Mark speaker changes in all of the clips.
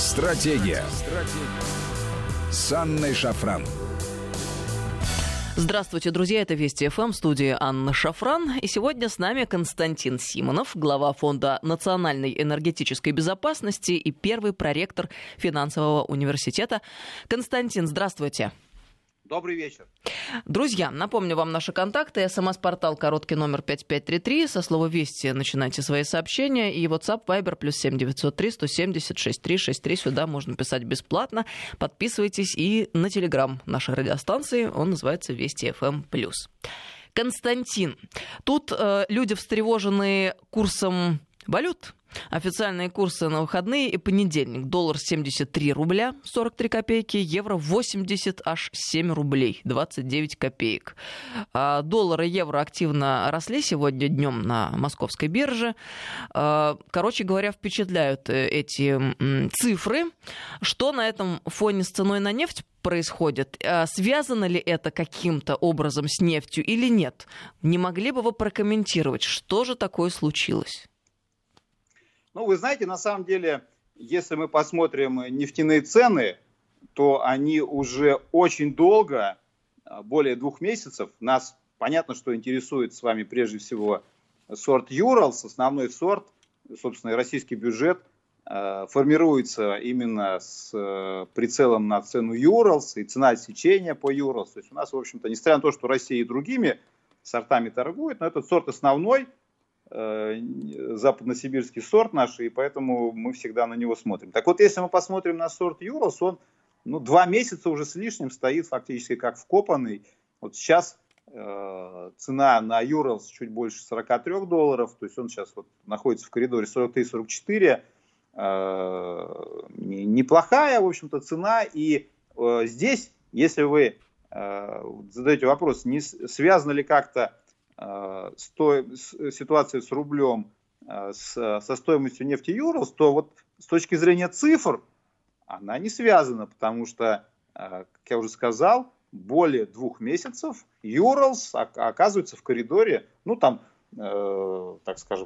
Speaker 1: Стратегия. С Анной Шафран.
Speaker 2: Здравствуйте, друзья, это Вести ФМ, в студии Анна Шафран. И сегодня с нами Константин Симонов, глава Фонда национальной энергетической безопасности и первый проректор финансового университета. Константин, здравствуйте.
Speaker 3: Добрый вечер.
Speaker 2: Друзья, напомню вам наши контакты. СМС-портал короткий номер 5533. Со слова «Вести» начинайте свои сообщения. И WhatsApp, Viber, +7 903 170 6363. Сюда можно писать бесплатно. Подписывайтесь. И на Телеграм нашей радиостанции. Он называется «Вести ФМ+». Константин, тут люди встревожены курсом валют. Официальные курсы на выходные и понедельник. Доллар 73 рубля 43 копейки, евро 80 аж 7 рублей 29 копеек. Доллар и евро активно росли сегодня днем на московской бирже. Короче говоря, впечатляют эти цифры. Что на этом фоне с ценой на нефть происходит? Связано ли это каким-то образом с нефтью или нет? Не могли бы вы прокомментировать, что же такое случилось?
Speaker 3: Ну, вы знаете, на самом деле, если мы посмотрим нефтяные цены, то они уже очень долго, более 2 месяцев, нас, понятно, что интересует с вами прежде всего сорт Urals, основной сорт, собственно, российский бюджет формируется именно с прицелом на цену Urals и цена отсечения по Urals. То есть у нас, в общем-то, несмотря на то, что Россия и другими сортами торгует, но этот сорт основной, западносибирский сорт наш, и поэтому мы всегда на него смотрим. Так вот, если мы посмотрим на сорт Urals, он 2 месяца уже с лишним стоит фактически как вкопанный. Вот сейчас цена на Urals чуть больше $43, то есть он сейчас вот находится в коридоре 43-44. Неплохая, в общем-то, цена. И здесь, если вы задаете вопрос, не связано ли как-то ситуация с рублем со стоимостью нефти Urals, то вот с точки зрения цифр она не связана, потому что, как я уже сказал, более 2 месяцев Urals оказывается в коридоре, так скажем,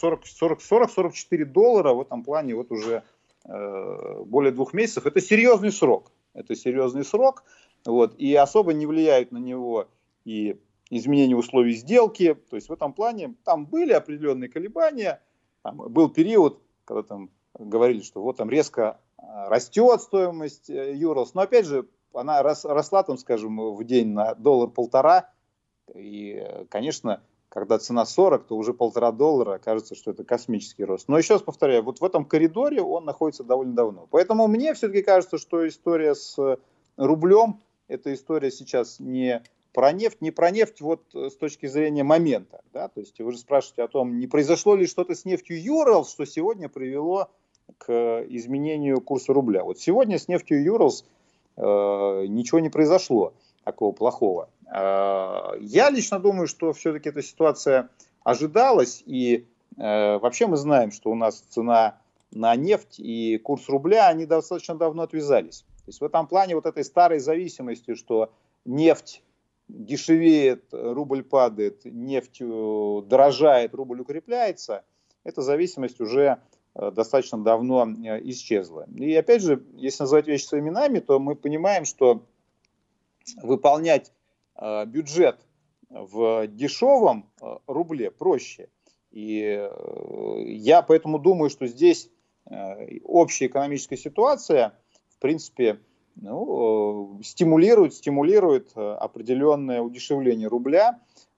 Speaker 3: $40-44 в этом плане вот уже более 2 месяцев. Это серьезный срок. Вот, и особо не влияют на него и изменение условий сделки, то есть в этом плане там были определенные колебания, был период, когда там говорили, что вот там резко растет стоимость Urals, но опять же она росла там, скажем, в день на $1-1,5, и, конечно, когда цена 40, то уже $1,5, кажется, что это космический рост. Но еще раз повторяю, вот в этом коридоре он находится довольно давно. Поэтому мне все-таки кажется, что история с рублем, эта история сейчас не про нефть вот с точки зрения момента. Да? То есть вы же спрашиваете о том, не произошло ли что-то с нефтью Urals, что сегодня привело к изменению курса рубля. Вот сегодня с нефтью Urals ничего не произошло такого плохого. Я лично думаю, что все-таки эта ситуация ожидалась. И вообще мы знаем, что у нас цена на нефть и курс рубля, они достаточно давно отвязались. То есть в этом плане вот этой старой зависимости, что нефть дешевеет, рубль падает, нефть дорожает, рубль укрепляется, эта зависимость уже достаточно давно исчезла. И опять же, если называть вещи своими именами, то мы понимаем, что выполнять бюджет в дешевом рубле проще. И я поэтому думаю, что здесь общая экономическая ситуация, в принципе, стимулирует определенное удешевление рубля.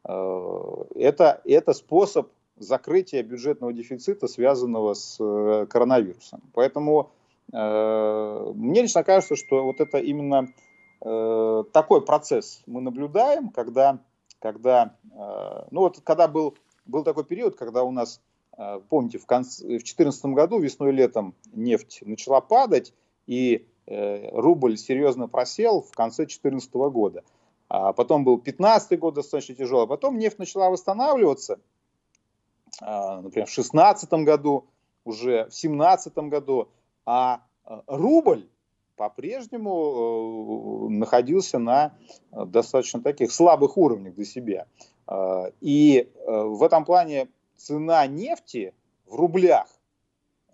Speaker 3: Это способ закрытия бюджетного дефицита, связанного с коронавирусом. Поэтому мне лично кажется, что вот это именно такой процесс мы наблюдаем, когда был такой период, когда у нас, помните, в 2014 году весной и летом нефть начала падать, и рубль серьезно просел в конце 2014 года. А потом был 2015 год достаточно тяжелый. Потом нефть начала восстанавливаться, например, в 2016 году, уже в 2017 году. А рубль по-прежнему находился на достаточно таких слабых уровнях для себя. И в этом плане цена нефти в рублях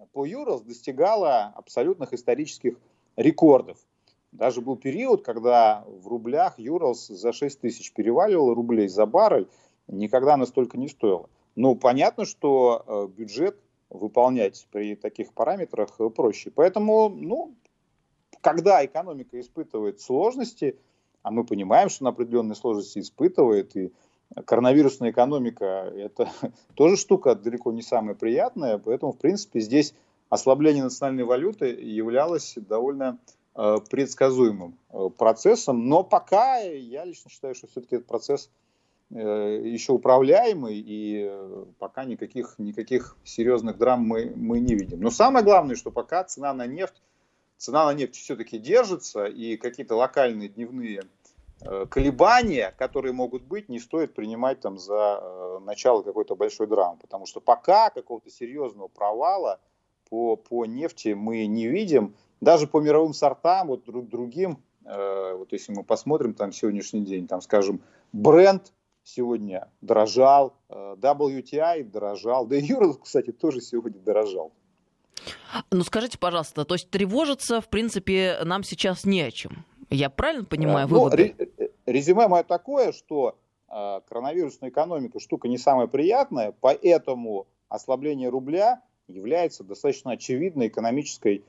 Speaker 3: по Urals достигала абсолютных исторических рекордов. Даже был период, когда в рублях Urals за 6 тысяч переваливал рублей за баррель, никогда настолько не стоило. Ну, понятно, что бюджет выполнять при таких параметрах проще. Поэтому, ну, когда экономика испытывает сложности, а мы понимаем, что она определенные сложности испытывает, и коронавирусная экономика – это тоже штука далеко не самая приятная, поэтому, в принципе, здесь ослабление национальной валюты являлось довольно предсказуемым процессом, но пока я лично считаю, что все-таки этот процесс еще управляемый, и пока никаких серьезных драм мы не видим. Но самое главное, что пока цена на нефть все-таки держится, и какие-то локальные дневные колебания, которые могут быть, не стоит принимать там за начало какой-то большой драмы, потому что пока какого-то серьезного провала по нефти мы не видим. Даже по мировым сортам, вот другим, вот если мы посмотрим там сегодняшний день, там, скажем, Brent сегодня дорожал, WTI дорожал, да и Urals, кстати, тоже сегодня дорожал.
Speaker 2: Ну, скажите, пожалуйста, то есть тревожиться, в принципе, нам сейчас не о чем. Я правильно понимаю выводы?
Speaker 3: Резюме мое такое, что коронавирусная экономика штука не самая приятная, поэтому ослабление рубля является достаточно очевидной экономическим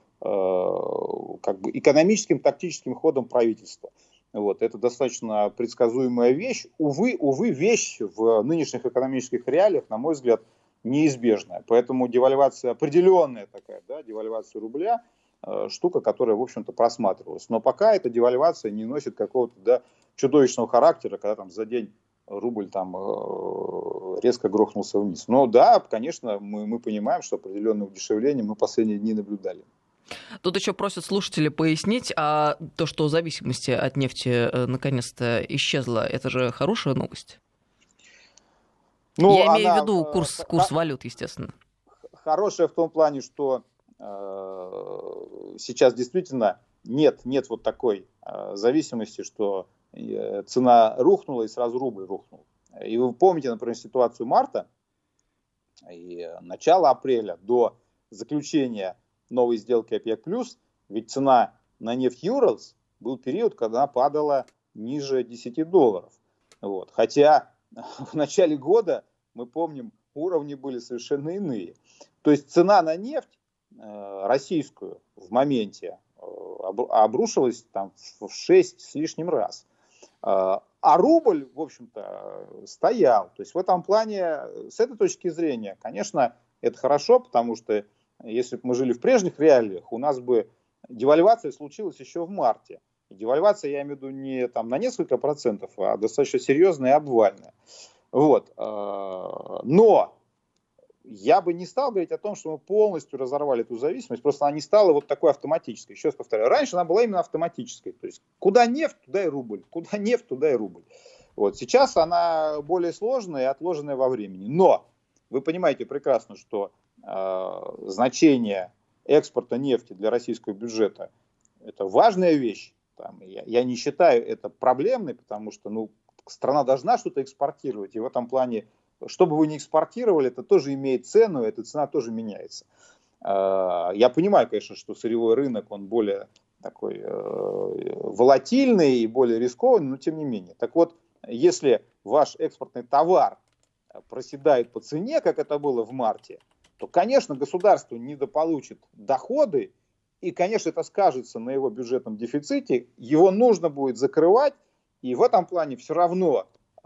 Speaker 3: тактическим ходом правительства. Вот, это достаточно предсказуемая вещь. Увы, вещь в нынешних экономических реалиях, на мой взгляд, неизбежная. Поэтому девальвация, определенная такая, да, девальвация рубля, штука, которая, в общем-то, просматривалась. Но пока эта девальвация не носит какого-то чудовищного характера, когда там за день рубль там резко грохнулся вниз. Но да, конечно, мы понимаем, что определенное удешевление мы последние дни наблюдали.
Speaker 2: Тут еще просят слушатели пояснить, а то, что зависимость от нефти наконец-то исчезла, это же хорошая новость? Я имею в виду курс валют, естественно.
Speaker 3: Хорошая в том плане, что сейчас действительно нет вот такой зависимости, что цена рухнула и сразу рубль рухнул. И вы помните, например, ситуацию марта и начала апреля до заключения новой сделки ОПЕК+, ведь цена на нефть Urals был период, когда она падала ниже $10. Вот. Хотя в начале года, мы помним, уровни были совершенно иные. То есть цена на нефть российскую в моменте обрушилась там в 6 с лишним раз. А рубль, в общем-то, стоял. То есть в этом плане, с этой точки зрения, конечно, это хорошо, потому что если бы мы жили в прежних реалиях, у нас бы девальвация случилась еще в марте. И девальвация, я имею в виду, не там на несколько процентов, а достаточно серьезная и обвальная. Вот. Но я бы не стал говорить о том, что мы полностью разорвали эту зависимость, просто она не стала вот такой автоматической. Еще раз повторяю, раньше она была именно автоматической. То есть куда нефть, туда и рубль. Куда нефть, туда и рубль. Вот. Сейчас она более сложная и отложенная во времени. Но вы понимаете прекрасно, что значение экспорта нефти для российского бюджета – это важная вещь. Я не считаю это проблемной, потому что страна должна что-то экспортировать. И в этом плане, что бы вы ни экспортировали, это тоже имеет цену, эта цена тоже меняется. Я понимаю, конечно, что сырьевой рынок, он более такой волатильный и более рискованный, но тем не менее. Так вот, если ваш экспортный товар проседает по цене, как это было в марте, то, конечно, государство недополучит доходы, и, конечно, это скажется на его бюджетном дефиците, его нужно будет закрывать, и в этом плане все равно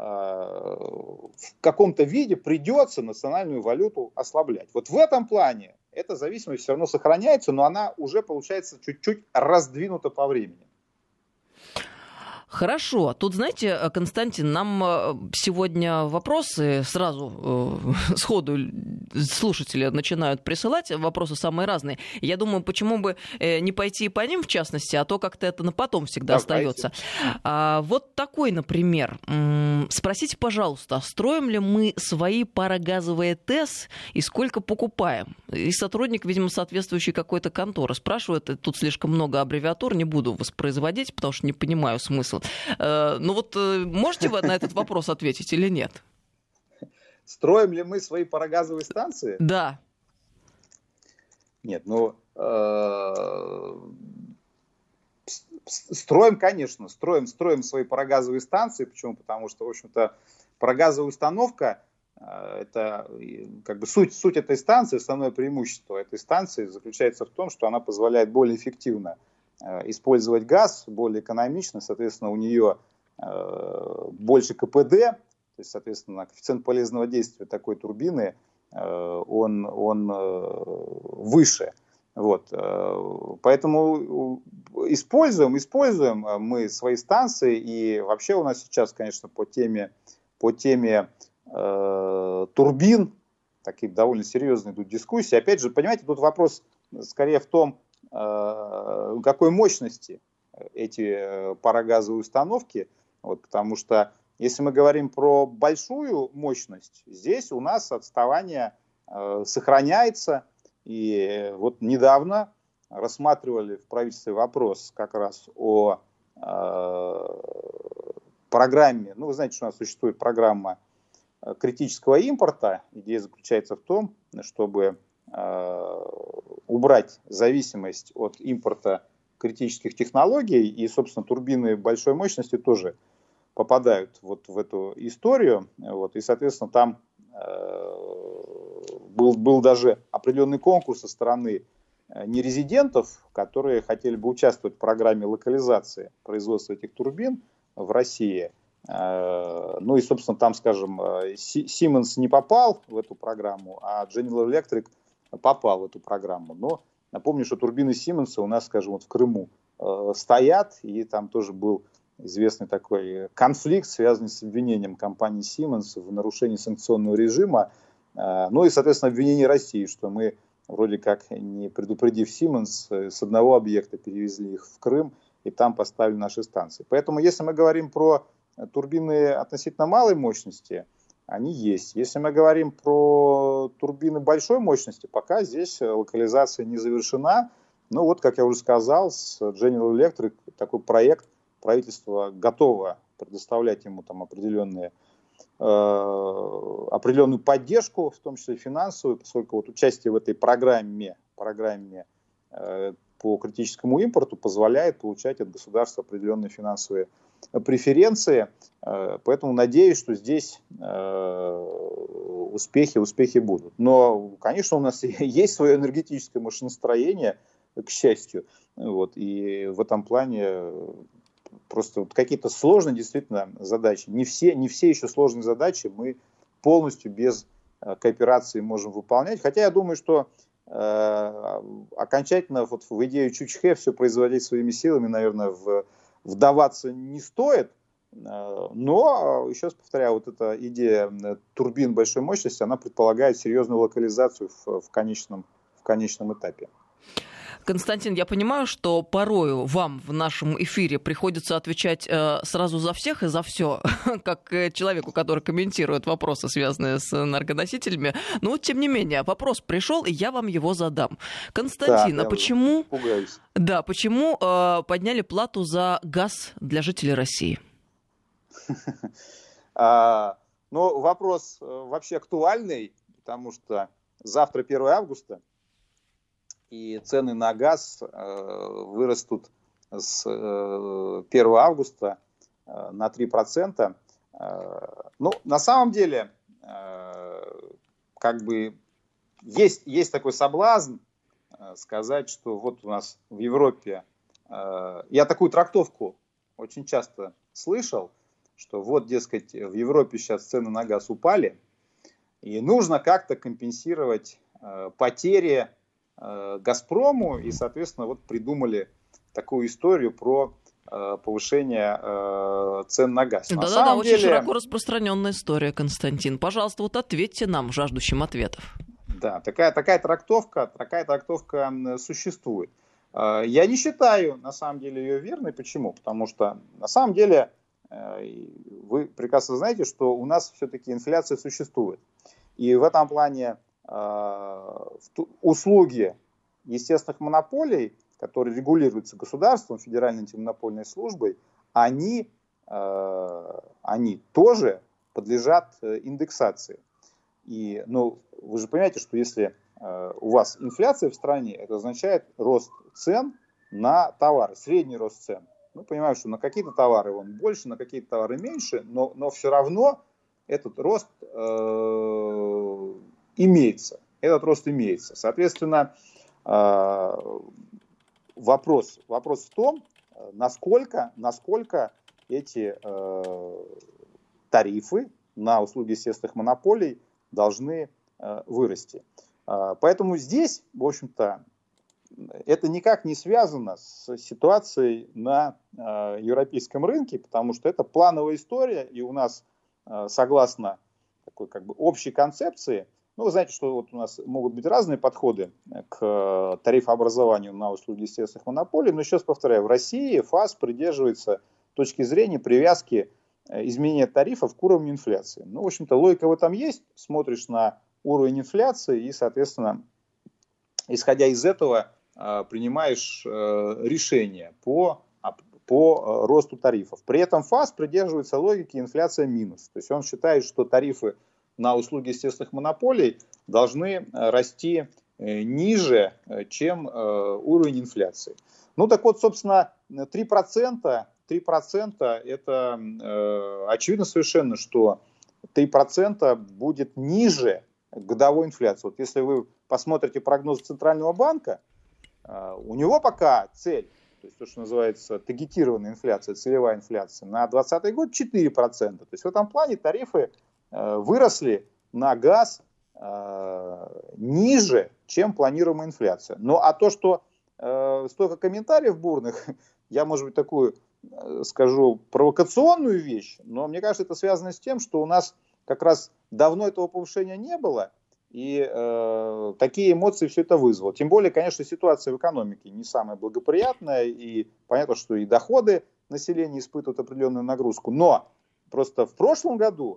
Speaker 3: в каком-то виде придется национальную валюту ослаблять. Вот в этом плане эта зависимость все равно сохраняется, но она уже, получается, чуть-чуть раздвинута по времени.
Speaker 2: Хорошо. Тут, знаете, Константин, нам сегодня вопросы сразу сходу слушатели начинают присылать, вопросы самые разные. Я думаю, почему бы не пойти по ним, в частности, а то как-то это на потом всегда остается. Вот такой, например. Спросите, пожалуйста, строим ли мы свои парогазовые ТЭС и сколько покупаем? И сотрудник, видимо, соответствующей какой-то конторы спрашивает, тут слишком много аббревиатур, не буду воспроизводить, потому что не понимаю смысл. Ну вот можете вы на этот вопрос ответить или нет?
Speaker 3: Строим ли мы свои парогазовые станции?
Speaker 2: Да.
Speaker 3: Нет, ну, строим, конечно, строим свои парогазовые станции. Почему? Потому что, в общем-то, парогазовая установка, это как бы суть этой станции, основное преимущество этой станции заключается в том, что она позволяет более эффективно использовать газ, более экономично, соответственно, у нее больше КПД, то есть, соответственно, коэффициент полезного действия такой турбины, он выше. Вот. Поэтому используем мы свои станции, и вообще у нас сейчас, конечно, по теме турбин такие довольно серьезные идут дискуссии. Опять же, понимаете, тут вопрос скорее в том, какой мощности эти парогазовые установки, вот, потому что если мы говорим про большую мощность, здесь у нас отставание сохраняется. И вот недавно рассматривали в правительстве вопрос как раз о программе. Ну, вы знаете, что у нас существует программа критического импорта. Идея заключается в том, чтобы убрать зависимость от импорта критических технологий. И, собственно, турбины большой мощности тоже попадают вот в эту историю. Вот, и, соответственно, там был даже определенный конкурс со стороны нерезидентов, которые хотели бы участвовать в программе локализации производства этих турбин в России. Ну и, собственно, там, скажем, Siemens не попал в эту программу, а General Electric попал в эту программу. Но напомню, что турбины Siemens у нас, скажем, вот в Крыму стоят, и там тоже был известный такой конфликт, связанный с обвинением компании Siemens в нарушении санкционного режима. Ну и, соответственно, обвинение России, что мы, вроде как, не предупредив Siemens, с одного объекта перевезли их в Крым и там поставили наши станции. Поэтому, если мы говорим про турбины относительно малой мощности, они есть. Если мы говорим про турбины большой мощности, пока здесь локализация не завершена. Ну вот, как я уже сказал, с General Electric такой проект, правительство готово предоставлять ему там определенную поддержку, в том числе финансовую, поскольку вот участие в этой программе по критическому импорту позволяет получать от государства определенные финансовые преференции. Поэтому надеюсь, что здесь успехи будут. Но, конечно, у нас есть свое энергетическое машиностроение, к счастью. Вот, и в этом плане просто вот какие-то сложные действительно задачи. Не все еще сложные задачи мы полностью без кооперации можем выполнять. Хотя я думаю, что окончательно вот в идею Чучхе все производить своими силами, наверное, вдаваться не стоит. Но, еще раз повторяю, вот эта идея турбин большой мощности, она предполагает серьезную локализацию в конечном этапе.
Speaker 2: Константин, я понимаю, что порою вам в нашем эфире приходится отвечать сразу за всех и за все, как человеку, который комментирует вопросы, связанные с энергоносителями. Но вот, тем не менее, вопрос пришел, и я вам его задам. Константин,
Speaker 3: да,
Speaker 2: почему подняли плату за газ для жителей России?
Speaker 3: Ну, вопрос вообще актуальный, потому что завтра 1 августа, и цены на газ вырастут с 1 августа на 3%. Ну, на самом деле, как бы есть такой соблазн сказать, что вот у нас в Европе, я такую трактовку очень часто слышал, что вот, дескать, в Европе сейчас цены на газ упали, и нужно как-то компенсировать потери Газпрому, и, соответственно, вот придумали такую историю про повышение цен на газ.
Speaker 2: Да-да-да, очень широко распространенная история, Константин. Пожалуйста, вот ответьте нам, жаждущим ответов.
Speaker 3: Да, такая трактовка существует. Я не считаю, на самом деле, ее верной. Почему? Потому что, на самом деле, вы прекрасно знаете, что у нас все-таки инфляция существует. И в этом плане услуги естественных монополий, которые регулируются государством, Федеральной антимонопольной службой, они тоже подлежат индексации. И, ну, вы же понимаете, что если у вас инфляция в стране, это означает рост цен на товары, средний рост цен. Мы понимаем, что на какие-то товары он больше, на какие-то товары меньше, но все равно этот рост имеется. Соответственно, вопрос в том, насколько эти тарифы на услуги естественных монополий должны вырасти. Поэтому здесь, в общем-то, это никак не связано с ситуацией на европейском рынке, потому что это плановая история, и у нас, согласно такой как бы общей концепции, вы знаете, что вот у нас могут быть разные подходы к тарифообразованию на услуги естественных монополий, но еще раз повторяю, в России ФАС придерживается точки зрения привязки изменения тарифов к уровню инфляции. В общем-то, логика в этом есть, смотришь на уровень инфляции и, соответственно, исходя из этого, принимаешь решение по росту тарифов. При этом ФАС придерживается логики инфляция минус. То есть он считает, что тарифы на услуги естественных монополий должны расти ниже, чем уровень инфляции. Так вот, собственно, 3% это очевидно совершенно, что 3% будет ниже годовой инфляции. Вот если вы посмотрите прогноз Центрального банка, у него пока цель, то есть то, что называется таргетированная инфляция, целевая инфляция, на 2020 год 4%. То есть в этом плане тарифы выросли на газ ниже, чем планируемая инфляция. А то, что столько комментариев бурных, я, может быть, такую скажу провокационную вещь, но мне кажется, это связано с тем, что у нас как раз давно этого повышения не было, и такие эмоции все это вызвало. Тем более, конечно, ситуация в экономике не самая благоприятная, и понятно, что и доходы населения испытывают определенную нагрузку. Но просто в прошлом году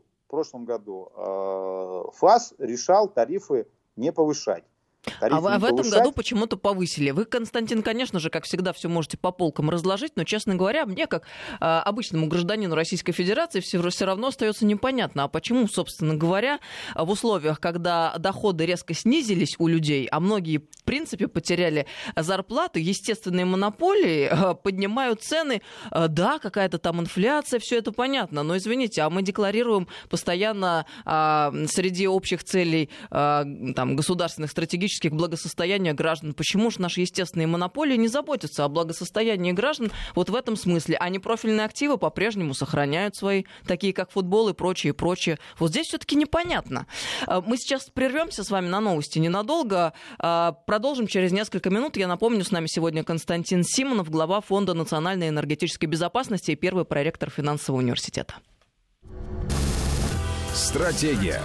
Speaker 3: ФАС решал тарифы не повышать.
Speaker 2: В этом году почему-то повысили. Вы, Константин, конечно же, как всегда, все можете по полкам разложить, но, честно говоря, мне, как обычному гражданину Российской Федерации, все равно остается непонятно, а почему, собственно говоря, в условиях, когда доходы резко снизились у людей, а многие, в принципе, потеряли зарплаты, естественные монополии поднимают цены. Да, какая-то там инфляция, все это понятно, но, извините, а мы декларируем постоянно среди общих целей государственных стратегических благосостояния граждан. Почему же наши естественные монополии не заботятся о благосостоянии граждан вот в этом смысле? А непрофильные активы по-прежнему сохраняют свои, такие как футбол и прочее, прочее. Вот здесь все-таки непонятно. Мы сейчас прервемся с вами на новости ненадолго. Продолжим через несколько минут. Я напомню, с нами сегодня Константин Симонов, глава Фонда национальной энергетической безопасности и первый проректор финансового университета.
Speaker 1: Стратегия.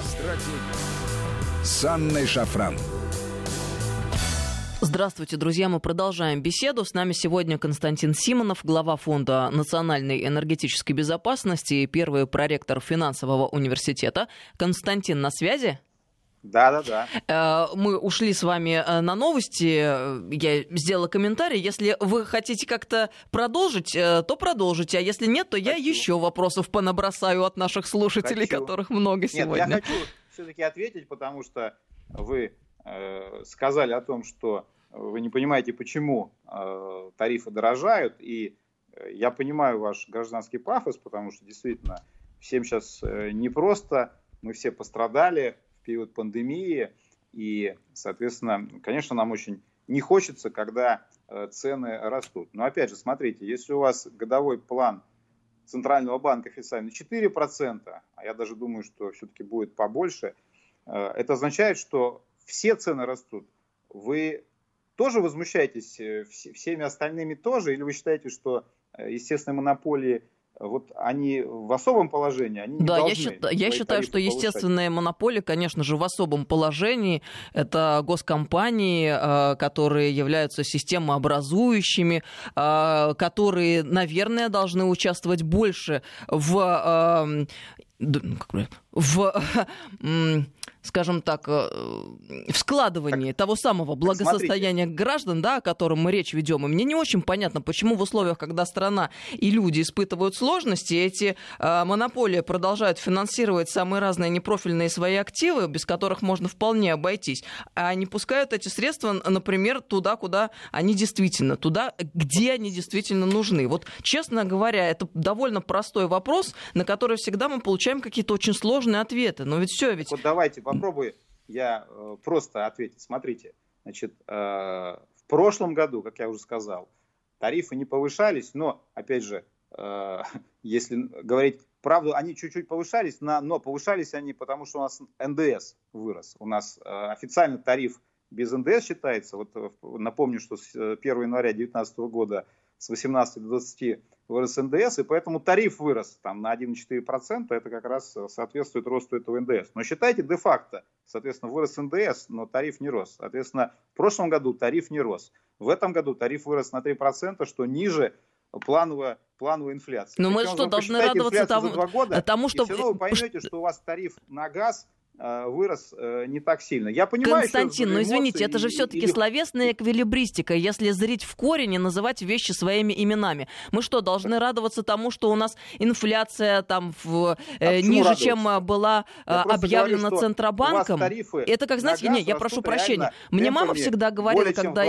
Speaker 1: С Анной Шафран.
Speaker 2: Здравствуйте, друзья. Мы продолжаем беседу. С нами сегодня Константин Симонов, глава Фонда национальной энергетической безопасности и первый проректор финансового университета. Константин, на связи?
Speaker 3: Да.
Speaker 2: Мы ушли с вами на новости. Я сделала комментарий. Если вы хотите как-то продолжить, то продолжите. А если нет, то я еще вопросов понабросаю от наших слушателей, которых много сегодня.
Speaker 3: Нет, я хочу все-таки ответить, потому что вы сказали о том, что вы не понимаете, почему тарифы дорожают. И я понимаю ваш гражданский пафос, потому что действительно всем сейчас непросто. Мы все пострадали в период пандемии. И, соответственно, конечно, нам очень не хочется, когда цены растут. Но опять же, смотрите, если у вас годовой план Центрального банка официально 4%, а я даже думаю, что все-таки будет побольше, это означает, что все цены растут. Вы тоже возмущаетесь, всеми остальными тоже, или вы считаете, что естественные монополии, вот они в особом положении, они не должны?
Speaker 2: Да, я считаю, что естественные монополии, конечно же, в особом положении. Это госкомпании, которые являются системообразующими, которые, наверное, должны участвовать больше в скажем так, в складывании того самого благосостояния граждан, да, о котором мы речь ведем. И мне не очень понятно, почему в условиях, когда страна и люди испытывают сложности, эти монополии продолжают финансировать самые разные непрофильные свои активы, без которых можно вполне обойтись, а не пускают эти средства, например, туда, куда они действительно, туда, где они действительно нужны. Вот, честно говоря, это довольно простой вопрос, на который всегда мы получаем какие-то очень сложные ответы. Но ведь все, ведь...
Speaker 3: Вот давайте попробую я просто ответить. Смотрите, значит, в прошлом году, как я уже сказал, тарифы не повышались, но, опять же, если говорить правду, они чуть-чуть повышались, но повышались они потому, что у нас НДС вырос. У нас официально тариф без НДС считается. Вот напомню, что с 1 января 2019 года с 18 до 20 вырос НДС, и поэтому тариф вырос там, на 1,4%, это как раз соответствует росту этого НДС. Но считайте, де-факто, соответственно, вырос НДС, но тариф не рос. Соответственно, в прошлом году тариф не рос. В этом году тариф вырос на 3%, что ниже плановой инфляции.
Speaker 2: Но мы что, должны радоваться тому, что...
Speaker 3: И все равно вы поймете, что у вас тариф на газ вырос не так сильно. Я понимаю,
Speaker 2: Константин,
Speaker 3: что
Speaker 2: но извините, это же все-таки словесная эквилибристика, если зрить в корень и называть вещи своими именами. Мы что, должны радоваться тому, что у нас инфляция там ниже, чем была объявлена Центробанком? Это как, знаете, не, я прошу прощения. Мне мама всегда говорила, когда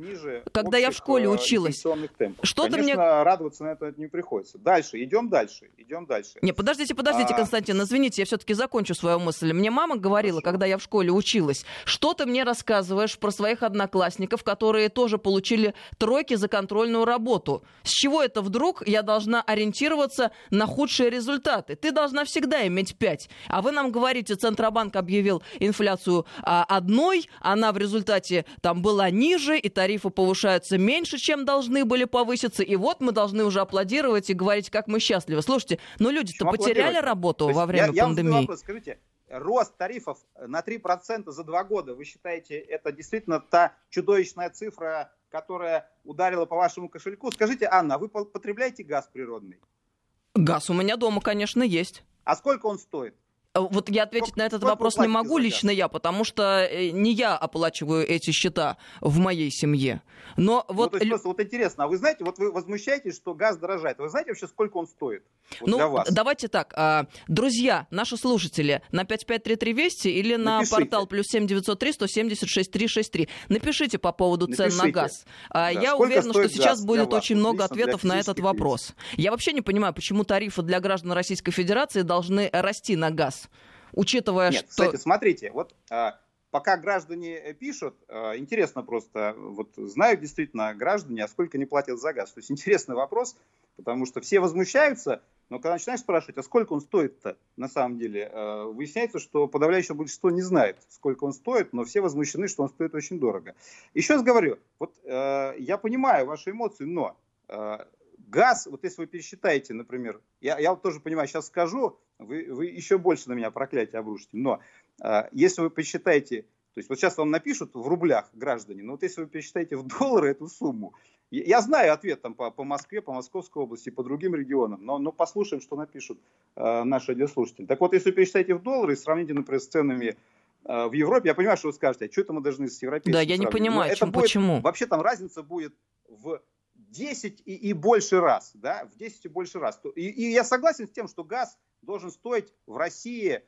Speaker 2: я в школе училась, что-то мне...
Speaker 3: радоваться на это не приходится. Дальше, идем дальше.
Speaker 2: Не, подождите, Константин, извините, я все-таки закончу свою мысль. Мне мама говорила, когда я в школе училась, что ты мне рассказываешь про своих одноклассников, которые тоже получили тройки за контрольную работу. С чего это вдруг я должна ориентироваться на худшие результаты? Ты должна всегда иметь 5. А вы нам говорите, Центробанк объявил инфляцию одной, она в результате там была ниже, и тарифы повышаются меньше, чем должны были повыситься, и вот мы должны уже аплодировать и говорить, как мы счастливы. Слушайте, но люди-то потеряли работу во время пандемии.
Speaker 3: Скажите, рост тарифов на 3% за 2 года, вы считаете, это действительно та чудовищная цифра, которая ударила по вашему кошельку? Скажите, Анна, вы потребляете газ природный?
Speaker 2: Газ у меня дома, конечно, есть.
Speaker 3: А сколько он стоит?
Speaker 2: Вот я ответить на этот вопрос не могу лично я, потому что не я оплачиваю эти счета в моей семье. Но вот...
Speaker 3: то есть просто вот интересно, а вы знаете, вот вы возмущаетесь, что газ дорожает. Вы знаете вообще, сколько он стоит для вас?
Speaker 2: Давайте так. Друзья, наши слушатели, на 5533 Вести или на портал +7 903 176 363. Напишите по поводу цен на газ. Я уверена, что сейчас будет очень много ответов на этот вопрос. Я вообще не понимаю, почему тарифы для граждан Российской Федерации должны расти на газ. Учитывая,
Speaker 3: Нет, кстати, смотрите, вот пока граждане пишут, интересно просто, вот знают действительно граждане, а сколько не платят за газ. То есть интересный вопрос, потому что все возмущаются, но когда начинаешь спрашивать, а сколько он стоит-то на самом деле, выясняется, что подавляющее большинство не знает, сколько он стоит, но все возмущены, что он стоит очень дорого. Еще раз говорю, вот я понимаю ваши эмоции, но... Газ, вот если вы пересчитаете, например, я вот тоже понимаю, сейчас скажу, вы еще больше на меня проклятие обрушите, но если вы посчитаете, то есть вот сейчас вам напишут в рублях граждане, но вот если вы пересчитаете в доллары эту сумму, я знаю ответ там по Москве, по Московской области, по другим регионам, но послушаем, что напишут наши радиослушатели. Так вот, если вы пересчитаете в доллары и сравните, например, с ценами в Европе, я понимаю, что вы скажете, а что это мы должны с европейскими
Speaker 2: сравнивать? Да, я не понимаю, почему.
Speaker 3: Вообще там разница будет в 10 и больше раз, да, в 10 и больше раз. И я согласен с тем, что газ должен стоить в России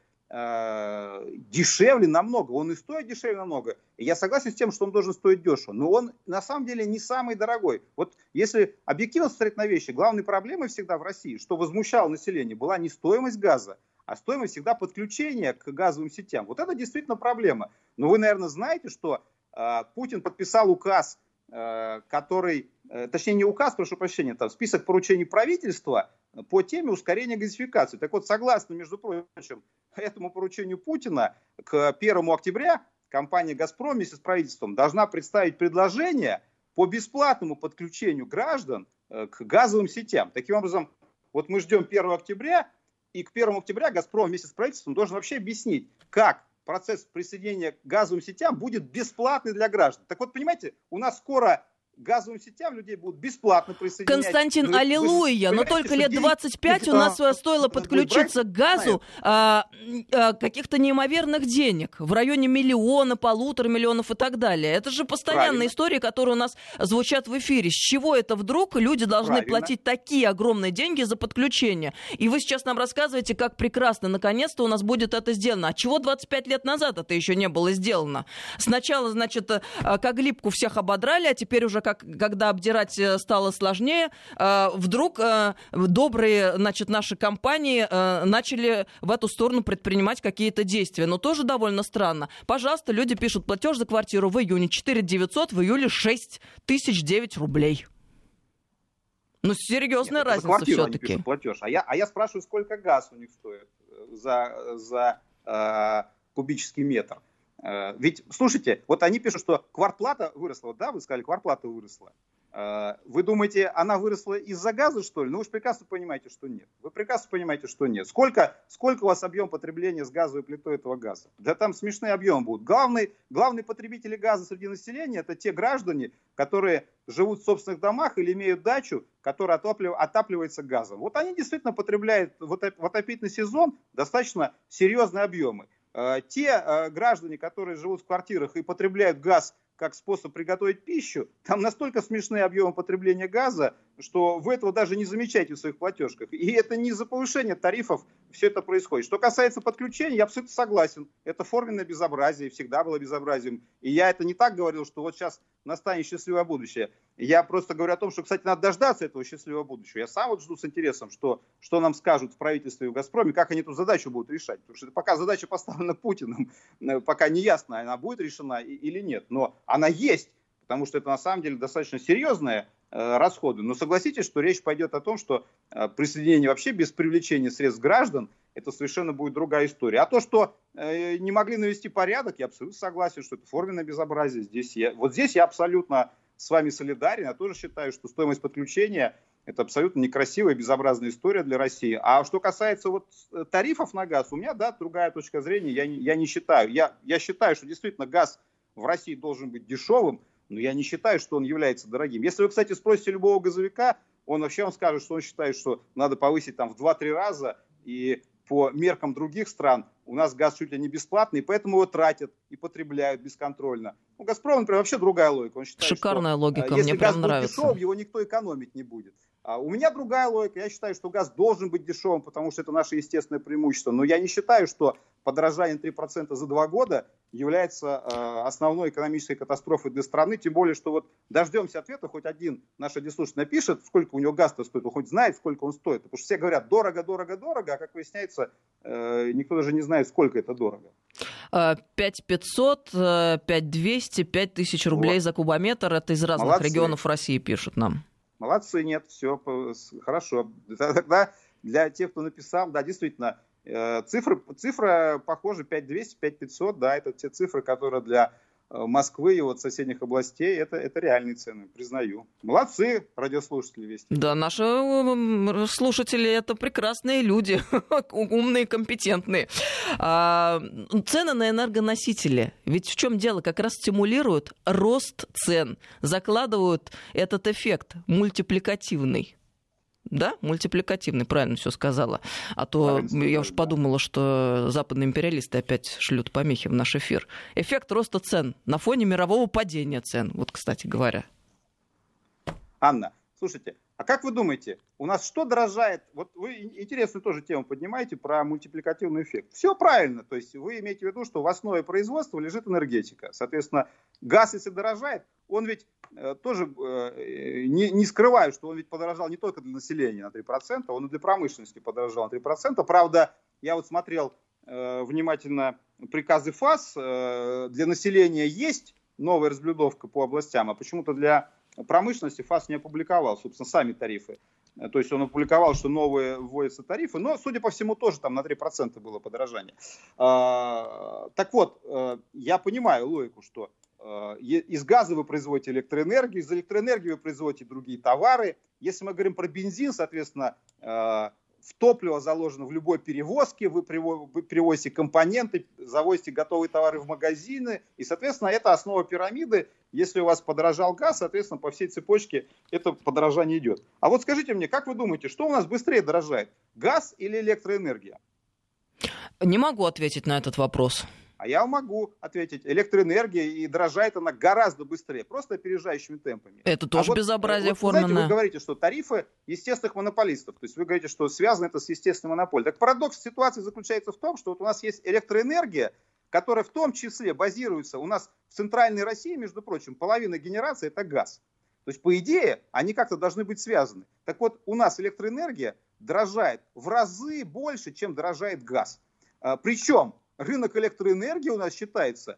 Speaker 3: дешевле намного. Он и стоит дешевле намного. И я согласен с тем, что он должен стоить дешево. Но он на самом деле не самый дорогой. Вот если объективно смотреть на вещи, главной проблемой всегда в России, что возмущало население, была не стоимость газа, а стоимость всегда подключения к газовым сетям. Вот это действительно проблема. Но вы, наверное, знаете, что Путин подписал указ, который, точнее не указ, прошу прощения, там список поручений правительства по теме ускорения газификации. Так вот, согласно, между прочим, этому поручению Путина, к 1 октября компания «Газпром» вместе с правительством должна представить предложение по бесплатному подключению граждан к газовым сетям. Таким образом, вот мы ждем 1 октября, и к 1 октября «Газпром» вместе с правительством должен вообще объяснить, как процесс присоединения к газовым сетям будет бесплатный для граждан. Так вот, понимаете, у нас скоро газовым сетям людей будут бесплатно присоединять.
Speaker 2: Константин, аллилуйя, но только лет 25 у нас стоило подключиться к газу каких-то неимоверных денег, в районе 1 миллиона, 1,5 миллиона и так далее. Это же постоянные истории, которые у нас звучат в эфире. С чего это вдруг люди должны платить такие огромные деньги за подключение? И вы сейчас нам рассказываете, как прекрасно, наконец-то у нас будет это сделано. А чего 25 лет назад это еще не было сделано? Сначала, значит, как глибку всех ободрали, а теперь уже когда обдирать стало сложнее, вдруг добрые, значит, наши компании начали в эту сторону предпринимать какие-то действия. Но тоже довольно странно. Пожалуйста, люди пишут, платеж за квартиру в июне 4 900, в июле 6 009 рублей. Ну, серьезная разница все-таки.
Speaker 3: Платеж. А я спрашиваю, сколько газ у них стоит за кубический метр. Ведь, слушайте, вот они пишут, что квартплата выросла. Вот, да, вы сказали, квартплата выросла. Вы думаете, она выросла из-за газа, что ли? Ну, вы же прекрасно понимаете, что нет. Вы прекрасно понимаете, что нет. Сколько у вас объем потребления с газовой плитой этого газа? Да там смешные объемы будут. Главные потребители газа среди населения — это те граждане, которые живут в собственных домах или имеют дачу, которая отапливается газом. Вот они действительно потребляют в отопительный сезон достаточно серьезные объемы. Те граждане, которые живут в квартирах и потребляют газ как способ приготовить пищу, там настолько смешные объемы потребления газа, что вы этого даже не замечаете в своих платежках. И это не из-за повышения тарифов все это происходит. Что касается подключения, я абсолютно согласен. Это форменное безобразие, всегда было безобразием. И я это не так говорил, что вот сейчас настанет счастливое будущее. Я просто говорю о том, что, кстати, надо дождаться этого счастливого будущего. Я сам вот жду с интересом, что нам скажут в правительстве и в «Газпроме», как они эту задачу будут решать. Потому что пока задача поставлена Путиным, пока не ясно, она будет решена или нет. Но она есть, потому что это на самом деле достаточно серьезные расходы. Но согласитесь, что речь пойдет о том, что присоединение вообще без привлечения средств граждан, это совершенно будет другая история. А то, что не могли навести порядок, я абсолютно согласен, что это форменное безобразие. Здесь я абсолютно с вами солидарен. Я тоже считаю, что стоимость подключения — это абсолютно некрасивая, безобразная история для России. А что касается вот тарифов на газ, у меня, да, другая точка зрения. Я не считаю. Я считаю, что действительно газ в России должен быть дешевым, но я не считаю, что он является дорогим. Если вы, кстати, спросите любого газовика, он вообще вам скажет, что он считает, что надо повысить там в 2-3 раза, и по меркам других стран у нас газ чуть ли не бесплатный, и поэтому его тратят и потребляют бесконтрольно. У «Газпрома», например, вообще другая логика. Он считает,
Speaker 2: шикарная логика,
Speaker 3: если
Speaker 2: мне
Speaker 3: газ
Speaker 2: прям
Speaker 3: будет
Speaker 2: нравится.
Speaker 3: дешевым, его никто экономить не будет. А у меня другая логика. Я считаю, что газ должен быть дешевым, потому что это наше естественное преимущество. Но я не считаю, что подорожание 3% за 2 года является основной экономической катастрофой для страны. Тем более, что вот дождемся ответа, хоть один наш радиослушатель напишет, сколько у него газ-то стоит, он хоть знает, сколько он стоит. Потому что все говорят дорого, дорого, дорого, а как выясняется, никто даже не знает, сколько это дорого.
Speaker 2: 5500, 5200, 5000 рублей за кубометр. Это из разных регионов России пишут нам.
Speaker 3: Молодцы, нет, все хорошо. Тогда для тех, кто написал, да, действительно, цифра похожа, 5200, 5500, да, это те цифры, которые для Москвы и вот соседних областей, это реальные цены, признаю. Молодцы, радиослушатели Вести.
Speaker 2: Да, наши слушатели — это прекрасные люди, умные, компетентные. Цены на энергоносители, ведь в чем дело? Как раз стимулируют рост цен, закладывают этот эффект мультипликативный. Да, мультипликативный, правильно все сказала. А то я уж подумала, что западные империалисты опять шлют помехи в наш эфир. Эффект роста цен на фоне мирового падения цен. Вот, кстати говоря.
Speaker 3: Анна, слушайте, а как вы думаете, у нас что дорожает? Вот вы интересную тоже тему поднимаете про мультипликативный эффект. Все правильно, то есть вы имеете в виду, что в основе производства лежит энергетика. Соответственно, газ, если дорожает, он ведь тоже не скрываю, что он ведь подорожал не только для населения на 3%, он и для промышленности подорожал на 3%. Правда, я вот смотрел внимательно приказы ФАС, для населения есть новая разблюдовка по областям, а почему-то для промышленности ФАС не опубликовал, собственно, сами тарифы. То есть он опубликовал, что новые вводятся тарифы, но, судя по всему, тоже там на 3% было подорожание. Так вот, я понимаю логику, что из газа вы производите электроэнергию, из электроэнергии вы производите другие товары. Если мы говорим про бензин, соответственно, в топливо заложено в любой перевозке, вы перевозите компоненты, завозите готовые товары в магазины, и, соответственно, это основа пирамиды. Если у вас подорожал газ, соответственно, по всей цепочке это подорожание идет. А вот скажите мне, как вы думаете, что у нас быстрее дорожает, газ или электроэнергия?
Speaker 2: Не могу ответить на этот вопрос.
Speaker 3: А я могу ответить. Электроэнергия, и дорожает она гораздо быстрее, просто опережающими темпами.
Speaker 2: Это тоже безобразие форменное.
Speaker 3: Знаете, вы говорите, что тарифы естественных монополистов. То есть вы говорите, что связано это с естественной монополией. Так парадокс ситуации заключается в том, что вот у нас есть электроэнергия, которая в том числе базируется у нас в центральной России, между прочим, половина генерации это газ. То есть, по идее, они как-то должны быть связаны. Так вот, у нас электроэнергия дорожает в разы больше, чем дорожает газ. Причем рынок электроэнергии у нас считается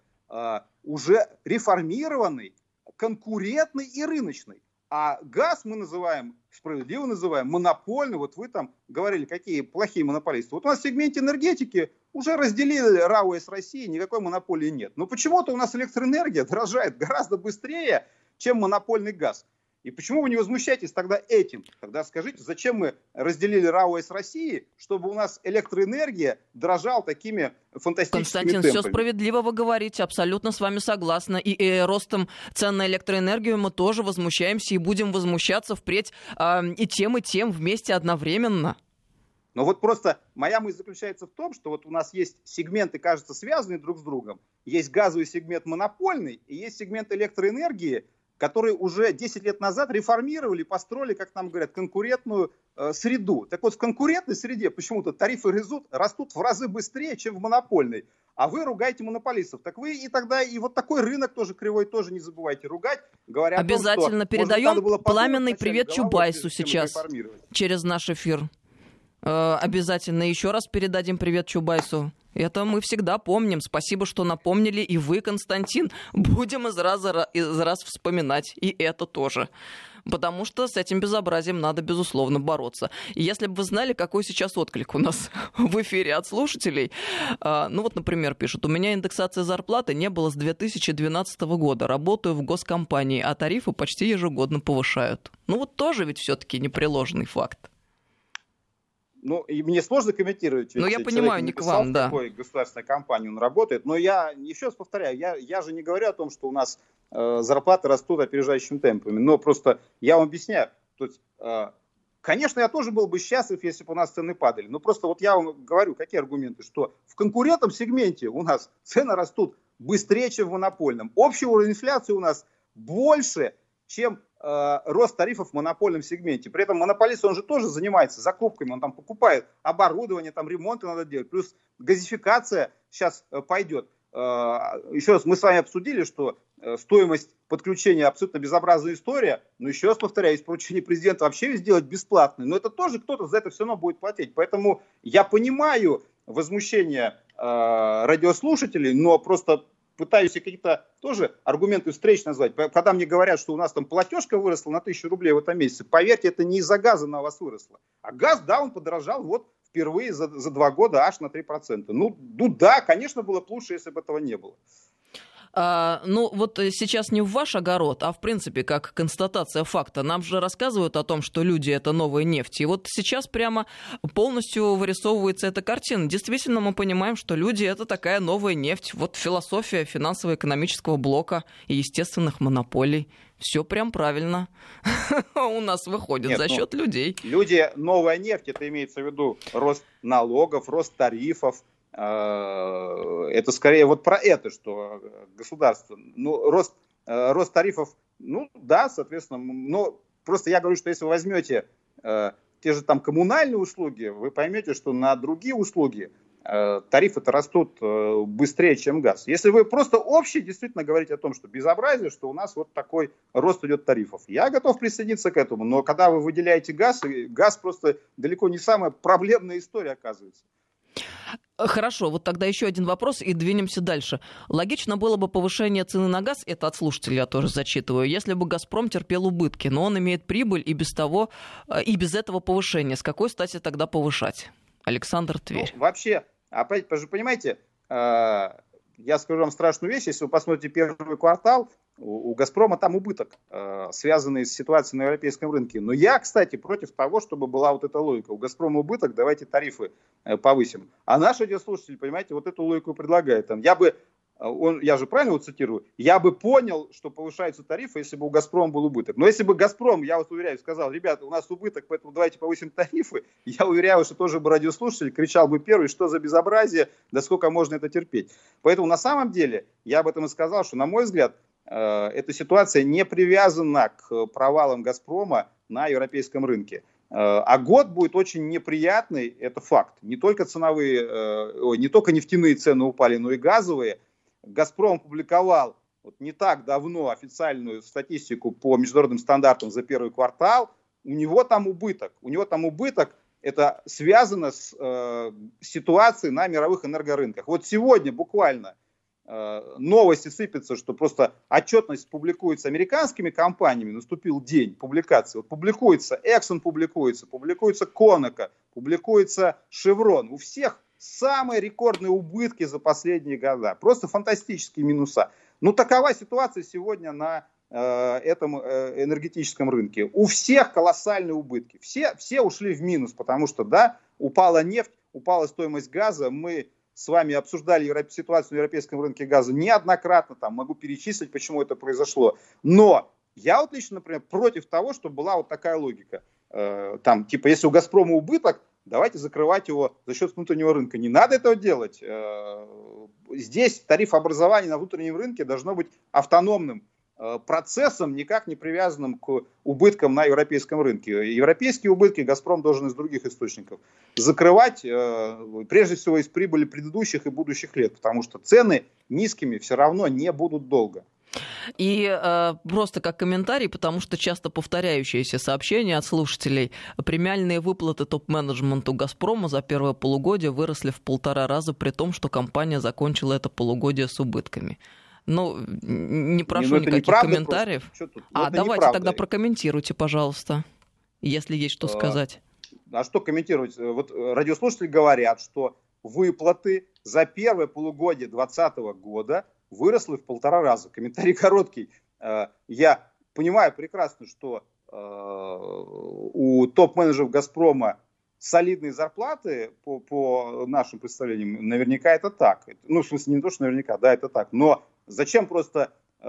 Speaker 3: уже реформированный, конкурентный и рыночный. А газ мы называем, справедливо называем, монопольный. Вот вы там говорили, какие плохие монополисты. Вот у нас в сегменте энергетики уже разделили РАО с Россией, никакой монополии нет. Но почему-то у нас электроэнергия дорожает гораздо быстрее, чем монопольный газ. И почему вы не возмущаетесь тогда этим? Тогда скажите, зачем мы разделили РАО с Россией, чтобы у нас электроэнергия дорожала такими фантастическими
Speaker 2: Константин,
Speaker 3: темпами?
Speaker 2: все справедливо вы говорите, абсолютно с вами согласна. И ростом цен на электроэнергию мы тоже возмущаемся и будем возмущаться впредь и тем вместе одновременно.
Speaker 3: Но вот просто моя мысль заключается в том, что вот у нас есть сегменты, кажется, связанные друг с другом. Есть газовый сегмент монопольный, и есть сегмент электроэнергии, которые уже 10 лет назад реформировали, построили, как нам говорят, конкурентную среду. Так вот, в конкурентной среде почему-то тарифы растут в разы быстрее, чем в монопольной. А вы ругаете монополистов. Так вы и тогда и вот такой рынок тоже кривой тоже не забывайте ругать. Говоря
Speaker 2: обязательно
Speaker 3: о том, что,
Speaker 2: передаем
Speaker 3: может,
Speaker 2: пламенный привет Чубайсу сейчас через наш эфир. Обязательно еще раз передадим привет Чубайсу. Это мы всегда помним. Спасибо, что напомнили. И вы, Константин, будем из раза в раз вспоминать. И это тоже. Потому что с этим безобразием надо, безусловно, бороться. И если бы вы знали, какой сейчас отклик у нас в эфире от слушателей. Ну вот, например, пишут: у меня индексации зарплаты не было с 2012 года. Работаю в госкомпании, а тарифы почти ежегодно повышают. Ну вот тоже ведь все-таки непреложный факт.
Speaker 3: Ну, и мне сложно комментировать.
Speaker 2: Ну, я понимаю, не к вам, да.
Speaker 3: В какой государственной компании он работает. Но я еще раз повторяю, я же не говорю о том, что у нас зарплаты растут опережающими темпами. Но просто я вам объясняю. То есть, конечно, я тоже был бы счастлив, если бы у нас цены падали. Но просто вот я вам говорю, какие аргументы. Что в конкурентном сегменте у нас цены растут быстрее, чем в монопольном. Общий уровень инфляции у нас больше, чем рост тарифов в монопольном сегменте. При этом монополист, он же тоже занимается закупками, он там покупает оборудование, там ремонты надо делать, плюс газификация сейчас пойдет. Еще раз, мы с вами обсудили, что стоимость подключения абсолютно безобразная история, но еще раз повторяю, есть поручение президента вообще сделать бесплатно, но это тоже кто-то за это все равно будет платить. Поэтому я понимаю возмущение радиослушателей, но просто пытаюсь какие-то тоже аргументы встреч назвать. Когда мне говорят, что у нас там платежка выросла на 1000 рублей в этом месяце, поверьте, это не из-за газа на вас выросло. А газ, да, он подорожал вот впервые за 2 года аж на 3%. Ну да, конечно, было бы лучше, если бы этого не было.
Speaker 2: Ну, вот сейчас не в ваш огород, а в принципе как констатация факта. Нам же рассказывают о том, что люди — это новая нефть. И вот сейчас прямо полностью вырисовывается эта картина. Действительно, мы понимаем, что люди — это такая новая нефть. Вот философия финансово-экономического блока и естественных монополий. Все прям правильно у нас выходит за счет людей.
Speaker 3: Люди — новая нефть, это имеется в виду рост налогов, рост тарифов. Это скорее вот про это, что государство, ну, рост тарифов, ну, да, соответственно, но просто я говорю, что если вы возьмете те же там коммунальные услуги, вы поймете, что на другие услуги тарифы-то растут быстрее, чем газ. Если вы просто общий действительно говорите о том, что безобразие, что у нас вот такой рост идет тарифов, я готов присоединиться к этому, но когда вы выделяете газ, газ просто далеко не самая проблемная история оказывается.
Speaker 2: Хорошо, вот тогда еще один вопрос и двинемся дальше. Логично было бы повышение цены на газ, это от слушателя я тоже зачитываю, если бы «Газпром» терпел убытки, но он имеет прибыль и без этого повышения. С какой стати тогда повышать? Александр, Тверь.
Speaker 3: Ну, вообще, опять же, понимаете, я скажу вам страшную вещь, если вы посмотрите первый квартал, у «Газпрома» там убыток, связанный с ситуацией на европейском рынке. Но я, кстати, против того, чтобы была вот эта логика. У «Газпрома» убыток, давайте тарифы повысим. А наш радиослушатель, понимаете, вот эту логику предлагает. Я же правильно его цитирую, я бы понял, что повышаются тарифы, если бы у «Газпрома» был убыток. Но если бы «Газпром», я вас уверяю, сказал, ребята, у нас убыток, поэтому давайте повысим тарифы, я уверяю, что тоже бы радиослушатель кричал бы первый, что за безобразие, да сколько можно это терпеть. Поэтому на самом деле, я об этом и сказал, что, на мой взгляд, эта ситуация не привязана к провалам «Газпрома» на европейском рынке. А год будет очень неприятный, это факт. Не только нефтяные цены упали, но и газовые. «Газпром» публиковал не так давно официальную статистику по международным стандартам за первый квартал. У него там убыток. Это связано с ситуацией на мировых энергорынках. Вот сегодня буквально новости сыпятся, что просто отчетность публикуется американскими компаниями, наступил день публикации. Вот публикуется Exxon, публикуется Conoco, публикуется Chevron. У всех самые рекордные убытки за последние года. Просто фантастические минуса. Такова ситуация сегодня на этом энергетическом рынке. У всех колоссальные убытки. Все ушли в минус, потому что, упала нефть, упала стоимость газа. Мы с вами обсуждали ситуацию на европейском рынке газа неоднократно. Могу перечислить, почему это произошло. Но я лично, например, против того, чтобы была вот такая логика. Если у «Газпрома» убыток, давайте закрывать его за счет внутреннего рынка. Не надо этого делать. Здесь тарифообразование на внутреннем рынке должно быть автономным процессом, никак не привязанным к убыткам на европейском рынке. Европейские убытки «Газпром» должен из других источников закрывать, прежде всего из прибыли предыдущих и будущих лет, потому что цены низкими все равно не будут долго.
Speaker 2: И просто как комментарий, потому что часто повторяющиеся сообщения от слушателей. Премиальные выплаты топ-менеджменту «Газпрома» за первое полугодие выросли в 1,5 раза, при том, что компания закончила это полугодие с убытками. Не прошу никаких комментариев. Давайте тогда прокомментируйте, пожалуйста, если есть что сказать.
Speaker 3: А что комментировать? Вот радиослушатели говорят, что выплаты за первое полугодие 2020 года выросли в 1,5 раза. Комментарий короткий. Я понимаю прекрасно, что у топ-менеджеров «Газпрома» солидные зарплаты, по нашим представлениям, наверняка это так. В смысле, не то, что наверняка, это так. Но зачем просто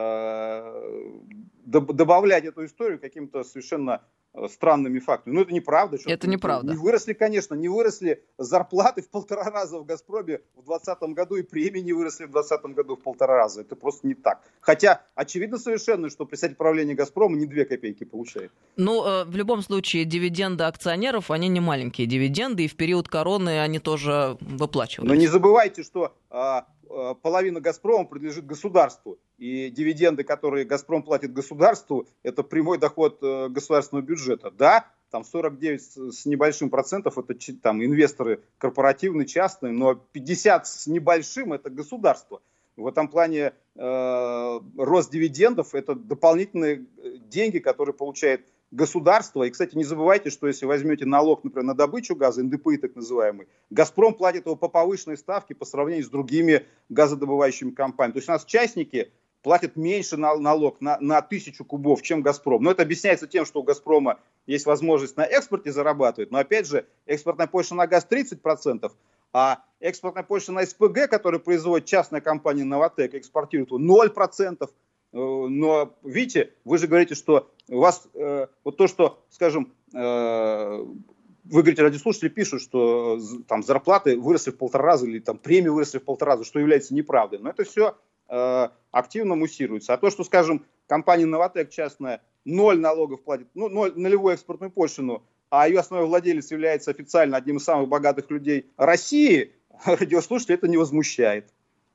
Speaker 3: добавлять эту историю каким-то совершенно странными фактами? Это неправда.
Speaker 2: Это неправда.
Speaker 3: Не выросли зарплаты в 1,5 раза в «Газпроме» в 2020 году, и премии не выросли в 2020 году в 1,5 раза. Это просто не так. Хотя очевидно совершенно, что председатель правления «Газпрома» не 2 копейки получает.
Speaker 2: В любом случае, дивиденды акционеров, они не маленькие дивиденды, и в период короны они тоже выплачиваются.
Speaker 3: Но не забывайте, что половина «Газпрома» принадлежит государству. И дивиденды, которые «Газпром» платит государству, это прямой доход государственного бюджета. Да, там 49 с небольшим процентов это инвесторы корпоративные, частные, но 50 с небольшим это государство. В этом плане рост дивидендов это дополнительные деньги, которые получает государство. И, кстати, не забывайте, что если возьмете налог, например, на добычу газа, НДПИ так называемый, «Газпром» платит его по повышенной ставке по сравнению с другими газодобывающими компаниями. То есть у нас частники платят меньше налог на 1000 кубов, чем «Газпром». Но это объясняется тем, что у «Газпрома» есть возможность на экспорте зарабатывать. Но опять же, экспортная пошлина на газ 30%, а экспортная пошлина на СПГ, которую производит частная компания «Новатэк», экспортирует 0%. Но видите, вы же говорите, что у вас вот то, что, скажем, вы говорите, радиослушатели пишут, что там зарплаты выросли в 1,5 раза или там премии выросли в 1,5 раза, что является неправдой. Но это все активно муссируется. А то, что, скажем, компания «Новатэк» частная 0 налогов платит, 0 экспортную пошлину, а ее основной владелец является официально одним из самых богатых людей России, радиослушателей это не возмущает.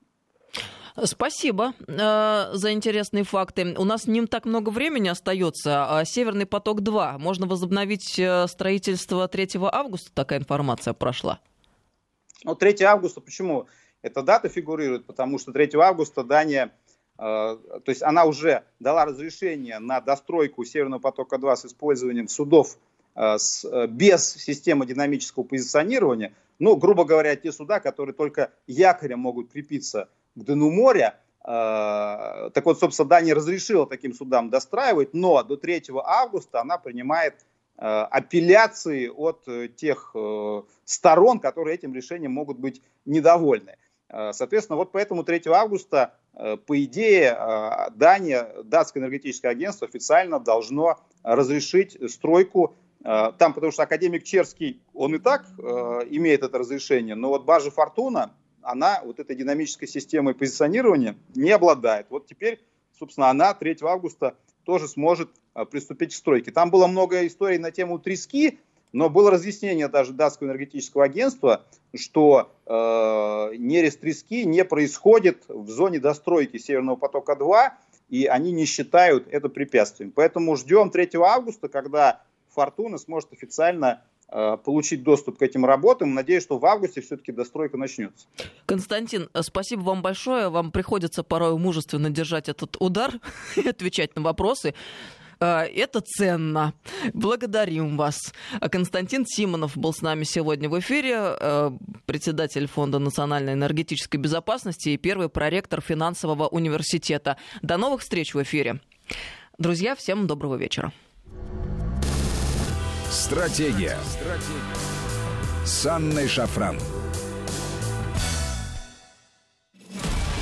Speaker 2: Спасибо за интересные факты. У нас не так много времени остается. «Северный поток-2». Можно возобновить строительство 3 августа? Такая информация прошла.
Speaker 3: 3 августа. Почему? Эта дата фигурирует, потому что 3 августа Дания, то есть она уже дала разрешение на достройку «Северного потока-2» с использованием судов без системы динамического позиционирования. Грубо говоря, те суда, которые только якорем могут крепиться к дну моря. Так вот, собственно, Дания разрешила таким судам достраивать, но до 3 августа она принимает апелляции от тех сторон, которые этим решением могут быть недовольны. Соответственно, вот поэтому 3 августа, по идее, датское энергетическое агентство официально должно разрешить стройку там, потому что академик Черский, он и так имеет это разрешение, но вот баржа «Фортуна», она вот этой динамической системой позиционирования не обладает. Вот теперь, собственно, она 3 августа тоже сможет приступить к стройке. Там было много историй на тему трески, но было разъяснение даже датского энергетического агентства, что нерест трески не происходит в зоне достройки Северного потока-2, и они не считают это препятствием. Поэтому ждем 3 августа, когда «Фортуна» сможет официально получить доступ к этим работам. Надеюсь, что в августе все-таки достройка начнется.
Speaker 2: Константин, спасибо вам большое. Вам приходится порой мужественно держать этот удар и отвечать на вопросы. Это ценно. Благодарим вас. Константин Симонов был с нами сегодня в эфире, председатель Фонда национальной энергетической безопасности и первый проректор финансового университета. До новых встреч в эфире. Друзья, всем доброго вечера.
Speaker 1: Стратегия. С Анной Шафран.